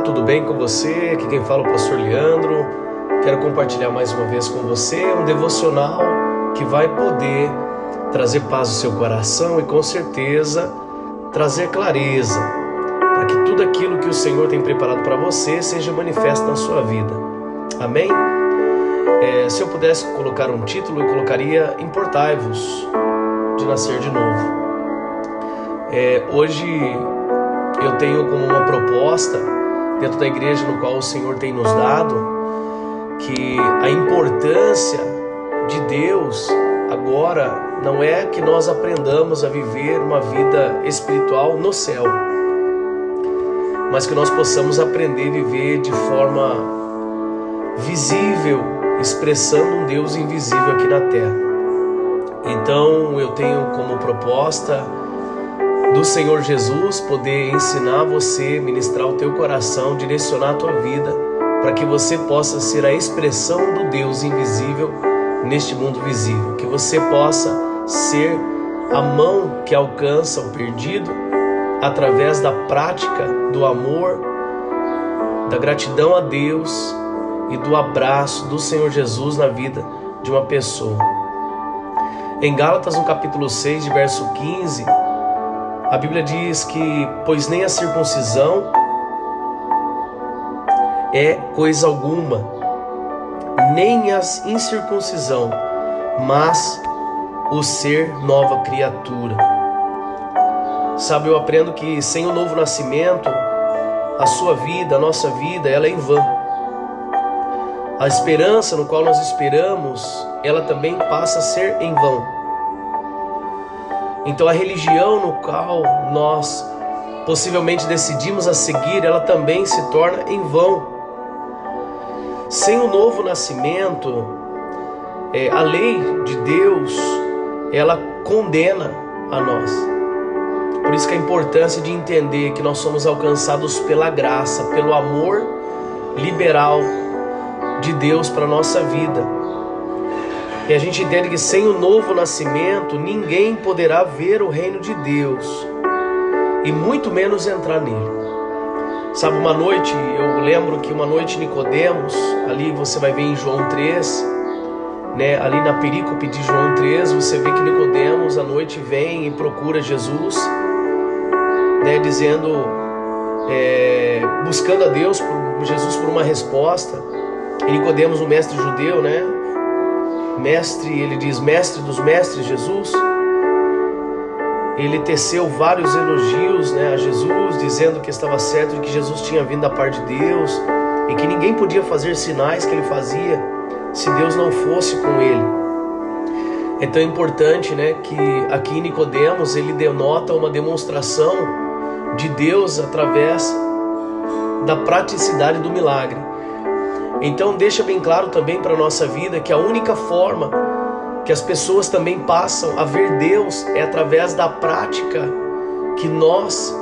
tudo bem com você? Aqui quem fala é o pastor Leandro. Quero compartilhar mais uma vez com você um devocional que vai poder trazer paz ao seu coração e com certeza trazer clareza para que tudo aquilo que o Senhor tem preparado para você seja manifesto na sua vida. Amém? Se eu pudesse colocar um título, eu colocaria Importai-vos de nascer de novo. Hoje eu tenho como uma proposta dentro da igreja no qual o Senhor tem nos dado, que a importância de Deus agora não é que nós aprendamos a viver uma vida espiritual no céu, mas que nós possamos aprender a viver de forma visível, expressando um Deus invisível aqui na terra. Então eu tenho como proposta do Senhor Jesus poder ensinar você, ministrar o teu coração, direcionar a tua vida, para que você possa ser a expressão do Deus invisível neste mundo visível, que você possa ser a mão que alcança o perdido através da prática do amor, da gratidão a Deus e do abraço do Senhor Jesus na vida de uma pessoa. Em Gálatas, no capítulo 6, de verso 15, a Bíblia diz que, pois nem a circuncisão é coisa alguma, nem a incircuncisão, mas o ser nova criatura. Sabe, eu aprendo que sem o novo nascimento, a sua vida, a nossa vida, ela é em vão. A esperança no qual nós esperamos, ela também passa a ser em vão. Então a religião no qual nós possivelmente decidimos a seguir, ela também se torna em vão. Sem o novo nascimento, a lei de Deus, ela condena a nós. Por isso que a importância de entender que nós somos alcançados pela graça, pelo amor liberal de Deus para a nossa vida. E a gente entende que sem o novo nascimento, ninguém poderá ver o reino de Deus, e muito menos entrar nele. Sabe, uma noite, eu lembro que uma noite Nicodemos, ali você vai ver em João 3, né, ali na perícope de João 3, você vê que Nicodemos à noite vem e procura Jesus, né, dizendo, buscando a Deus, Jesus por uma resposta. E Nicodemos, o mestre judeu, né, mestre, ele diz, mestre dos mestres, Jesus, ele teceu vários elogios, né, a Jesus, dizendo que estava certo, de que Jesus tinha vindo da parte de Deus e que ninguém podia fazer sinais que ele fazia se Deus não fosse com ele. Então é importante, né, que aqui Nicodemos, ele denota uma demonstração de Deus através da praticidade do milagre. Então deixa bem claro também para a nossa vida que a única forma que as pessoas também passam a ver Deus é através da prática que nós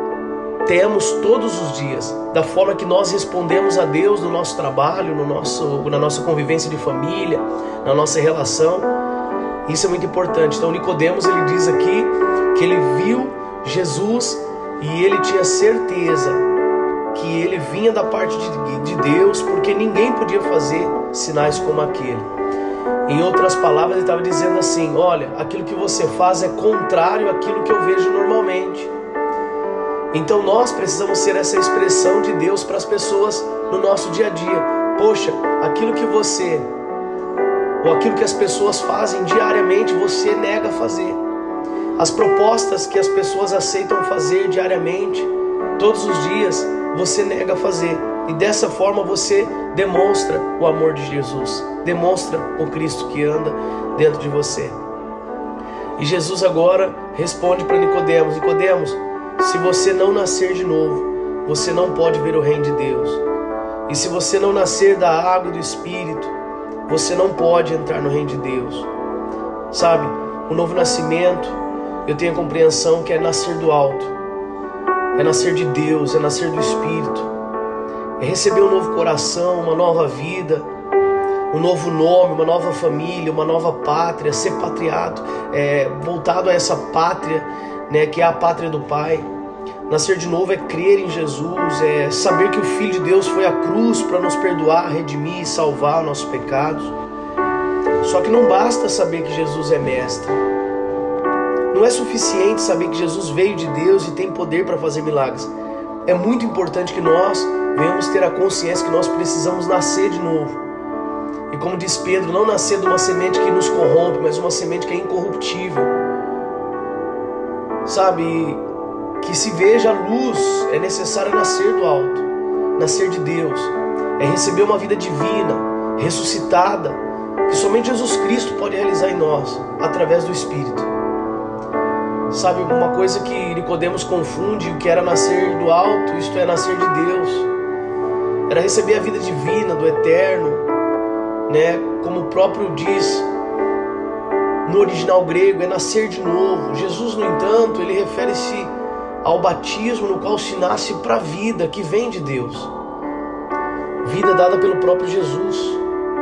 temos todos os dias, da forma que nós respondemos a Deus no nosso trabalho, na nossa convivência de família, na nossa relação. Isso é muito importante. Então Nicodemos, ele diz aqui que ele viu Jesus e ele tinha certeza que ele vinha da parte de Deus, porque ninguém podia fazer sinais como aquele. Em outras palavras, ele estava dizendo assim, olha, aquilo que você faz é contrário àquilo que eu vejo normalmente. Então nós precisamos ser essa expressão de Deus para as pessoas no nosso dia a dia. Poxa, aquilo que você, ou aquilo que as pessoas fazem diariamente, você nega a fazer. As propostas que as pessoas aceitam fazer diariamente, todos os dias, você nega a fazer. E dessa forma você demonstra o amor de Jesus, demonstra o Cristo que anda dentro de você. E Jesus agora responde para Nicodemos, Nicodemos, se você não nascer de novo, você não pode ver o reino de Deus. E se você não nascer da água e do Espírito, você não pode entrar no reino de Deus. Sabe, o novo nascimento, eu tenho a compreensão que é nascer do alto. É nascer de Deus, é nascer do Espírito, é receber um novo coração, uma nova vida, um novo nome, uma nova família, uma nova pátria, ser patriado, voltado a essa pátria, né, que é a pátria do Pai. Nascer de novo é crer em Jesus, é saber que o Filho de Deus foi à cruz para nos perdoar, redimir e salvar os nossos pecados. Só que não basta saber que Jesus é mestre. Não é suficiente saber que Jesus veio de Deus e tem poder para fazer milagres. É muito importante que nós venhamos ter a consciência que nós precisamos nascer de novo. E como diz Pedro, não nascer de uma semente que nos corrompe, mas uma semente que é incorruptível. Sabe, que se veja a luz, é necessário nascer do alto, nascer de Deus. É receber uma vida divina, ressuscitada, que somente Jesus Cristo pode realizar em nós, através do Espírito. Sabe, uma coisa que Nicodemos confunde, o que era nascer do alto, isto é, nascer de Deus. Era receber a vida divina, do eterno, né? Como o próprio diz no original grego, é nascer de novo. Jesus, no entanto, ele refere-se ao batismo no qual se nasce para a vida que vem de Deus. Vida dada pelo próprio Jesus,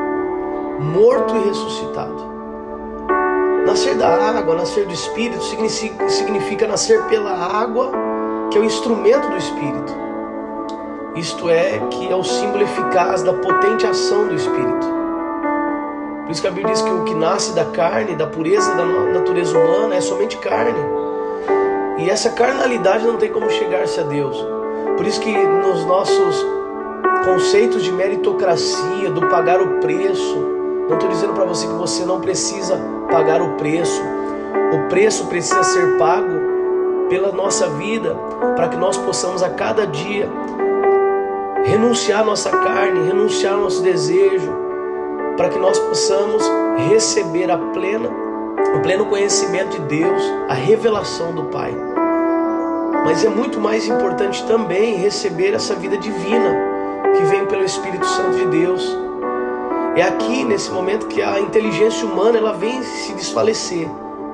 morto e ressuscitado. Nascer da água, nascer do Espírito, significa nascer pela água, que é o instrumento do Espírito. Isto é, que é o símbolo eficaz da potente ação do Espírito. Por isso que a Bíblia diz que o que nasce da carne, da pureza da natureza humana, é somente carne. E essa carnalidade não tem como chegar-se a Deus. Por isso que nos nossos conceitos de meritocracia, do pagar o preço, não estou dizendo para você que você não precisa pagar o preço. O preço precisa ser pago pela nossa vida, para que nós possamos a cada dia renunciar à nossa carne, renunciar ao nosso desejo, para que nós possamos receber o pleno conhecimento de Deus, a revelação do Pai. Mas é muito mais importante também receber essa vida divina que vem pelo Espírito Santo de Deus. É aqui, nesse momento, que a inteligência humana ela vem se desfalecer.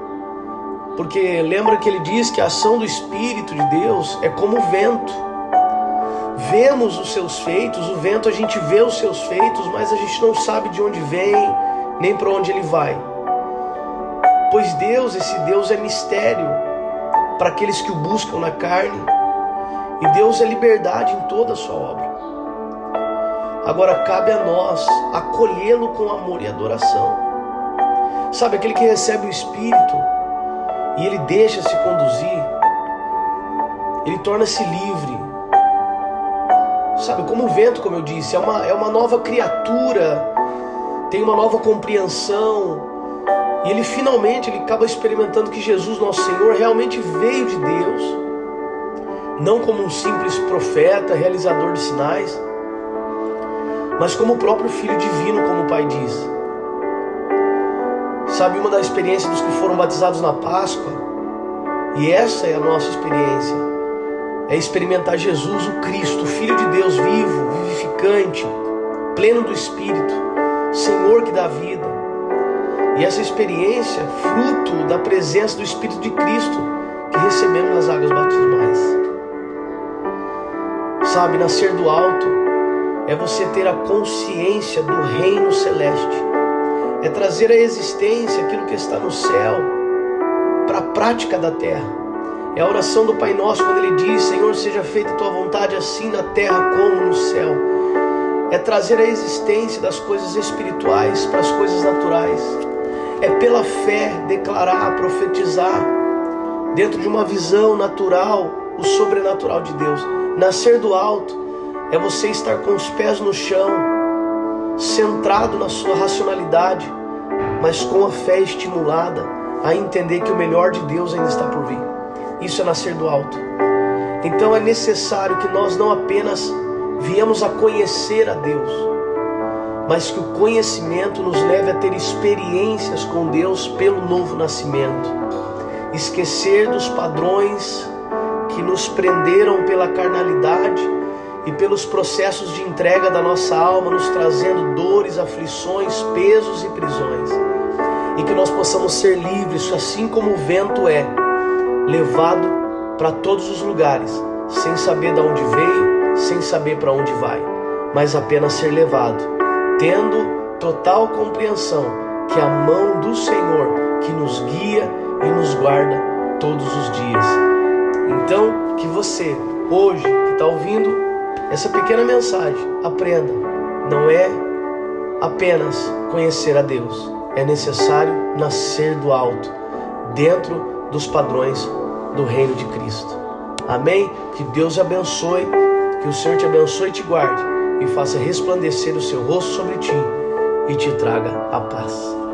Porque lembra que ele diz que a ação do Espírito de Deus é como o vento. Vemos os seus feitos, o vento a gente vê os seus feitos, mas a gente não sabe de onde vem, nem para onde ele vai. Pois Deus, esse Deus é mistério para aqueles que o buscam na carne. E Deus é liberdade em toda a sua obra. Agora cabe a nós acolhê-lo com amor e adoração. Sabe, aquele que recebe o Espírito e ele deixa-se conduzir, ele torna-se livre. Sabe, como o vento, como eu disse, é uma nova criatura, tem uma nova compreensão. E ele finalmente acaba experimentando que Jesus, nosso Senhor, realmente veio de Deus. Não como um simples profeta, realizador de sinais, mas como o próprio Filho divino, como o Pai diz. Sabe, uma das experiências dos que foram batizados na Páscoa, e essa é a nossa experiência, é experimentar Jesus, o Cristo, o Filho de Deus vivo, vivificante, pleno do Espírito, Senhor que dá vida. E essa experiência é fruto da presença do Espírito de Cristo que recebemos nas águas batismais. Sabe, nascer do alto é você ter a consciência do reino celeste. É trazer à existência aquilo que está no céu para a prática da terra. É a oração do Pai Nosso quando Ele diz: Senhor, seja feita a Tua vontade assim na terra como no céu. É trazer a existência das coisas espirituais para as coisas naturais. É pela fé declarar, profetizar, dentro de uma visão natural, o sobrenatural de Deus. Nascer do alto é você estar com os pés no chão, centrado na sua racionalidade, mas com a fé estimulada a entender que o melhor de Deus ainda está por vir. Isso é nascer do alto. Então é necessário que nós não apenas viemos a conhecer a Deus, mas que o conhecimento nos leve a ter experiências com Deus pelo novo nascimento. Esquecer dos padrões que nos prenderam pela carnalidade e pelos processos de entrega da nossa alma, nos trazendo dores, aflições, pesos e prisões. E que nós possamos ser livres, assim como o vento é levado para todos os lugares, sem saber de onde veio, sem saber para onde vai, mas apenas ser levado, tendo total compreensão que é a mão do Senhor que nos guia e nos guarda todos os dias. Então, que você, hoje, que está ouvindo essa pequena mensagem, aprenda. Não é apenas conhecer a Deus, é necessário nascer do alto, dentro dos padrões do reino de Cristo. Amém? Que Deus te abençoe, que o Senhor te abençoe e te guarde, e faça resplandecer o seu rosto sobre ti, e te traga a paz.